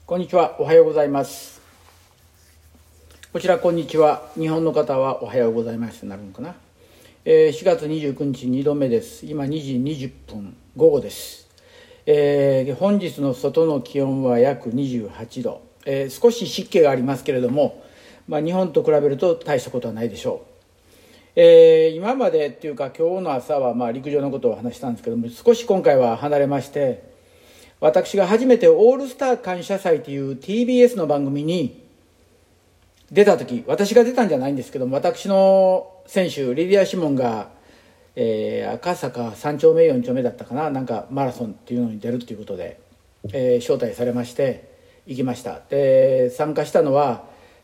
こんにちは。おはようございます。こちらこんにちは。日本の方はおはようございますになるのかな。4月29日2度目です。今2時20分午後です。本日の外の気温は約28度、少し湿気がありますけれども、日本と比べると大したことはないでしょう。今までっていうか今日の朝は陸上のことを話したんですけども、少し今回は離れまして、私が初めてオールスター感謝祭という TBS の番組に出た時、私が出たんじゃないんですけども、私の選手リディア・シモンが、赤坂3丁目4丁目だったかな、なんかマラソンっていうのに出るっていうことで、招待されまして行きました。で、参加したのは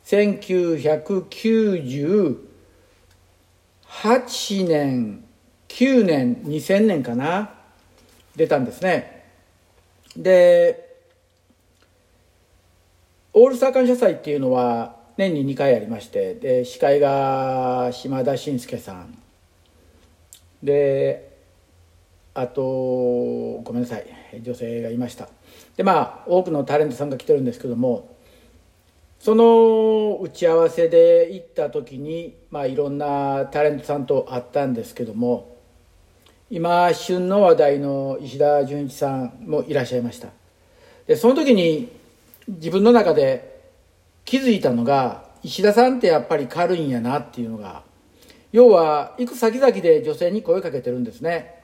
1998年9年2000年かな、出たんですね。で、オールスター感謝祭っていうのは年に2回ありまして、で司会が島田紳介さんで、あとごめんなさい、女性がいました。で多くのタレントさんが来てるんですけども、その打ち合わせで行った時にいろんなタレントさんと会ったんですけども、今旬の話題の石田純一さんもいらっしゃいました。でその時に自分の中で気づいたのが、石田さんってやっぱり軽いんやなっていうのが、要は行く先々で女性に声かけてるんですね。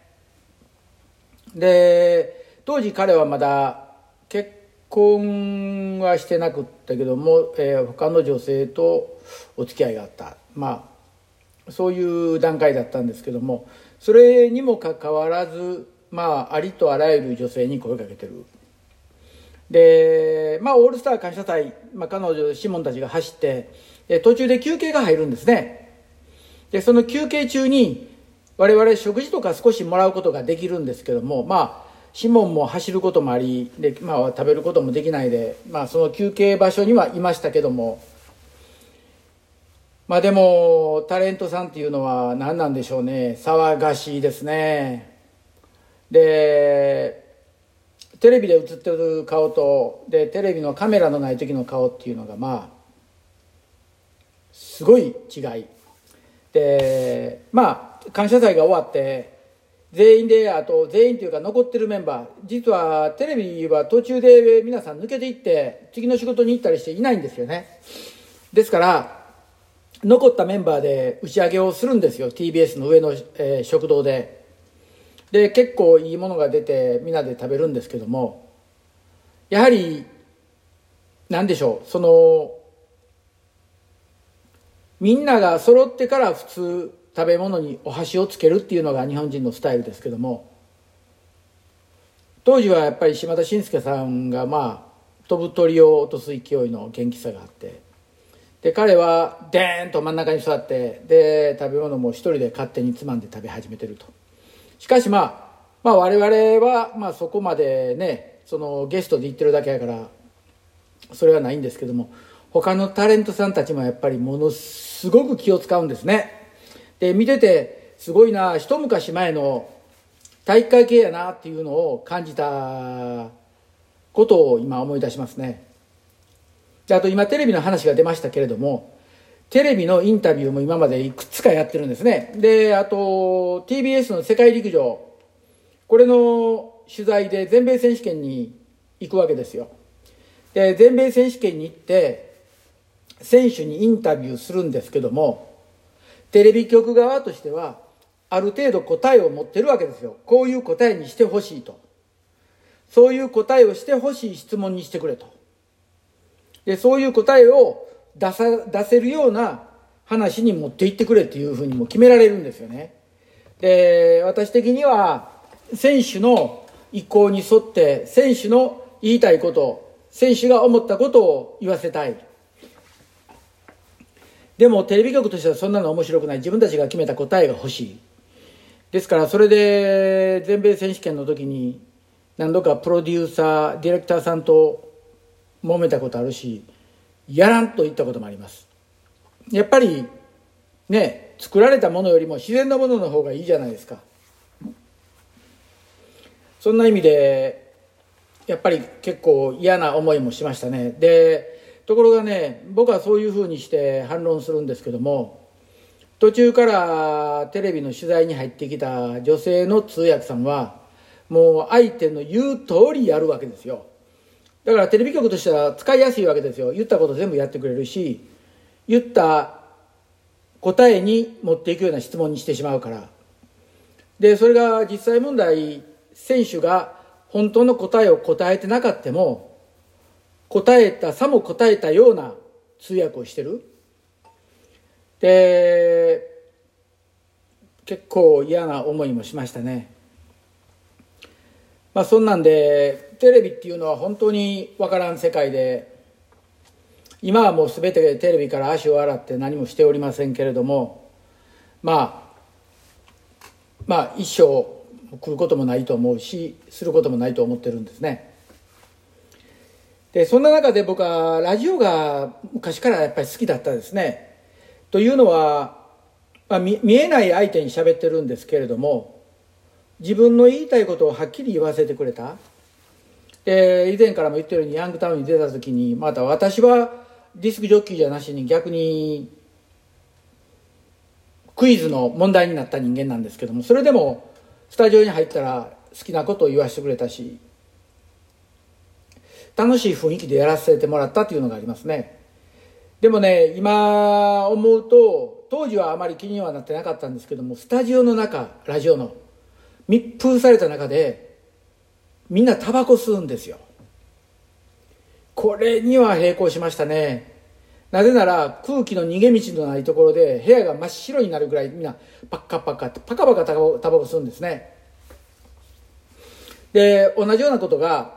で当時彼はまだ結婚はしてなくったけども、他の女性とお付き合いがあった、そういう段階だったんですけども、それにもかかわらずありとあらゆる女性に声かけてる。でオールスター感謝祭、彼女シモンたちが走って、途中で休憩が入るんですね。でその休憩中に我々食事とか少しもらうことができるんですけども、シモンも走ることもありで、食べることもできないで、その休憩場所にはいましたけども、でもタレントさんっていうのは何なんでしょうね、騒がしいですね。でテレビで映ってる顔とテレビのカメラのない時の顔っていうのがすごい違いで、感謝祭が終わって全員というか残ってるメンバー、実はテレビは途中で皆さん抜けていって次の仕事に行ったりしていないんですよね。ですから残ったメンバーで打ち上げをするんですよ、 TBS の上の、食堂で。で結構いいものが出てみんなで食べるんですけども、やはり何でしょう、みんなが揃ってから普通食べ物にお箸をつけるっていうのが日本人のスタイルですけども、当時はやっぱり島田紳介さんが飛ぶ鳥を落とす勢いの元気さがあって、で彼はデーンと真ん中に座って、で食べ物も一人で勝手につまんで食べ始めてると。しかし我々はそこまでね、そのゲストで行ってるだけやからそれはないんですけども、他のタレントさんたちもやっぱりものすごく気を使うんですね。で見ててすごいな、一昔前の体育会系やなっていうのを感じたことを今思い出しますね。であと今テレビの話が出ましたけれども、テレビのインタビューも今までいくつかやってるんですね。であと TBS の世界陸上、これの取材で全米選手権に行くわけですよ。で全米選手権に行って選手にインタビューするんですけども、テレビ局側としてはある程度答えを持ってるわけですよ。こういう答えにしてほしいと、そういう答えをしてほしい質問にしてくれと。でそういう答えを出せるような話に持っていってくれっていうふうにも決められるんですよね。で私的には選手の意向に沿って選手の言いたいこと、選手が思ったことを言わせたい。でもテレビ局としてはそんなの面白くない、自分たちが決めた答えが欲しい。ですからそれで全米選手権の時に何度かプロデューサーディレクターさんと揉めたことあるし、やらんと言ったこともあります。やっぱりね、作られたものよりも自然なものの方がいいじゃないですか。そんな意味で、 やっぱり結構嫌な思いもしましたね。でところがね、僕はそういうふうにして反論するんですけども、途中からテレビの取材に入ってきた女性の通訳さんはもう相手の言う通りやるわけですよ。だからテレビ局としては使いやすいわけですよ。言ったこと全部やってくれるし、言った答えに持っていくような質問にしてしまうから。でそれが実際問題、選手が本当の答えを答えてなかったも、さも答えたような通訳をしてる。で結構嫌な思いもしましたね。そんなんでテレビっていうのは本当に分からん世界で、今はもう全てテレビから足を洗って何もしておりませんけれども、一生来ることもないと思うし、することもないと思ってるんですね。でそんな中で僕はラジオが昔からやっぱり好きだったですね。というのは、見えない相手に喋ってるんですけれども、自分の言いたいことをはっきり言わせてくれた。で以前からも言ってるように、ヤングタウンに出た時に、また私はディスクジョッキーじゃなしに逆にクイズの問題になった人間なんですけども、それでもスタジオに入ったら好きなことを言わせてくれたし、楽しい雰囲気でやらせてもらったというのがありますね。でもね、今思うと、当時はあまり気にはなってなかったんですけども、スタジオの中、ラジオの密封された中でみんなタバコ吸うんですよ。これには並行しましたね。なぜなら空気の逃げ道のないところで部屋が真っ白になるぐらいみんなパカタバコ吸うんですね。で同じようなことが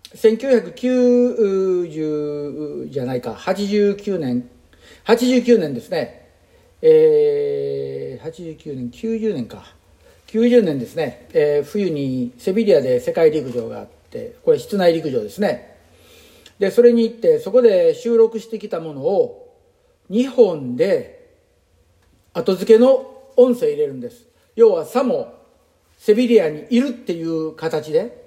1990じゃないか、89年ですね。89年90年か90年ですね。冬にセビリアで世界陸上があって、これ室内陸上ですね。でそれに行って、そこで収録してきたものを日本で後付けの音声入れるんです。要はさもセビリアにいるっていう形で、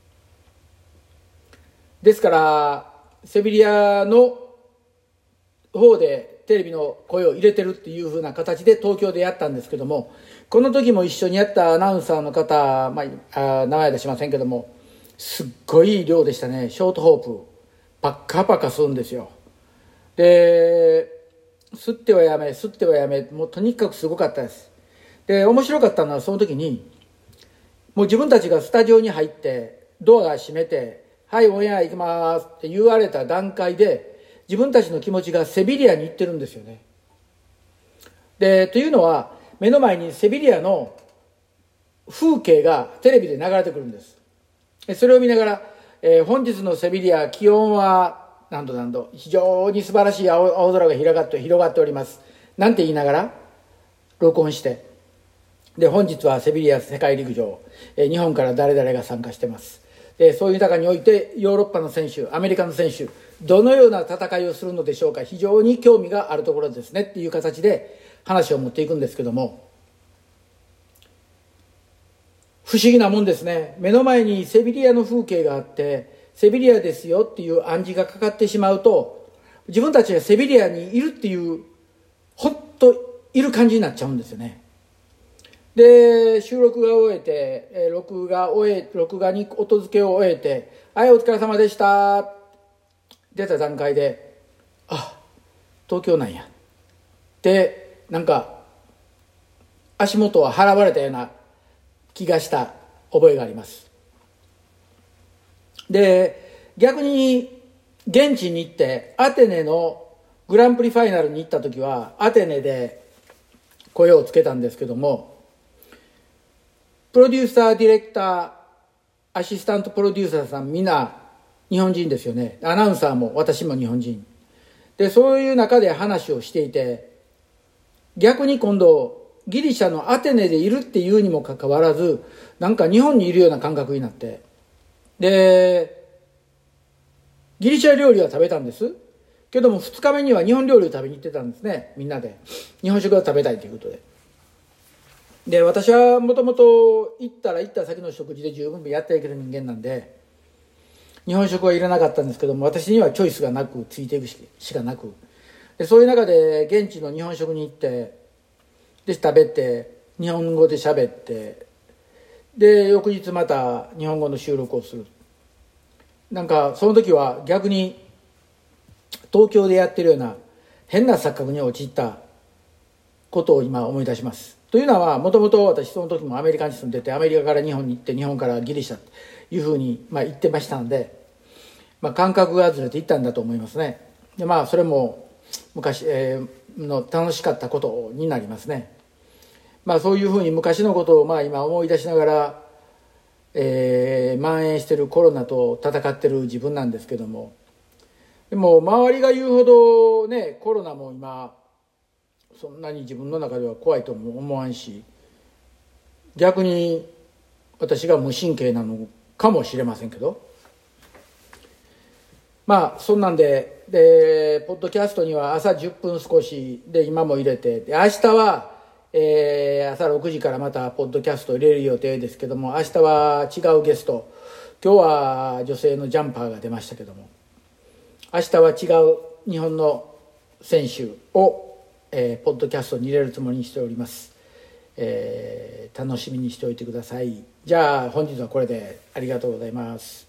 ですからセビリアの方でテレビの声を入れてるっていう風な形で東京でやったんですけども、この時も一緒にやったアナウンサーの方、名前出しませんけども、すっごい量でしたね。ショートホープパッカパカ吸うんですよ。で吸ってはやめ、もうとにかくすごかったです。で面白かったのは、その時にもう自分たちがスタジオに入ってドアが閉めて、はいオンエア行きますって言われた段階で、自分たちの気持ちがセビリアに行ってるんですよね。でというのは、目の前にセビリアの風景がテレビで流れてくるんです。それを見ながら、本日のセビリア気温は何度、非常に素晴らしい青空が広がっておりますなんて言いながら録音して、で本日はセビリア世界陸上、日本から誰々が参加してます。でそういう中においてヨーロッパの選手、アメリカの選手、どのような戦いをするのでしょうか、非常に興味があるところですねっていう形で話を持っていくんですけども、不思議なもんですね。目の前にセビリアの風景があって、セビリアですよっていう暗示がかかってしまうと、自分たちがセビリアにいるっていうほっといる感じになっちゃうんですよね。で収録が終えて、録画に音付けを終えて、はいお疲れ様でした出た段階で、東京なんやってなんか足元は払われたような気がした覚えがあります。で逆に現地に行ってアテネのグランプリファイナルに行った時はアテネで声をつけたんですけども、プロデューサー、ディレクター、アシスタントプロデューサーさんみんな日本人ですよね。アナウンサーも私も日本人で、そういう中で話をしていて、逆に今度ギリシャのアテネでいるっていうにもかかわらず、なんか日本にいるような感覚になって、でギリシャ料理は食べたんですけども、2日目には日本料理を食べに行ってたんですね。みんなで日本食が食べたいということで。で私はもともと行った先の食事で十分やっていける人間なんで、 日本食はいらなかったんですけども、私にはチョイスがなく、ついていくしかなく、でそういう中で現地の日本食に行って、で食べて日本語で喋って、で翌日また日本語の収録をする。なんかその時は逆に東京でやってるような変な錯覚に陥ったことを今思い出します。というのは、もともと私その時もアメリカに住んでて、アメリカから日本に行って、日本からギリシャというふうに言ってましたので、感覚がずれていったんだと思いますね。でそれも昔、の楽しかったことになりますね。そういうふうに昔のことを今思い出しながら、蔓延しているコロナと戦っている自分なんですけども、でも周りが言うほどね、コロナも今そんなに自分の中では怖いとも思わんし、逆に私が無神経なのかもしれませんけど、そんなんでポッドキャストには朝10分少しで今も入れて、で明日は、朝6時からまたポッドキャスト入れる予定ですけども、明日は違うゲスト、今日は女性のジャンパーが出ましたけども、明日は違う日本の選手を、ポッドキャストに入れるつもりにしております。楽しみにしておいてください。じゃあ本日はこれでありがとうございます。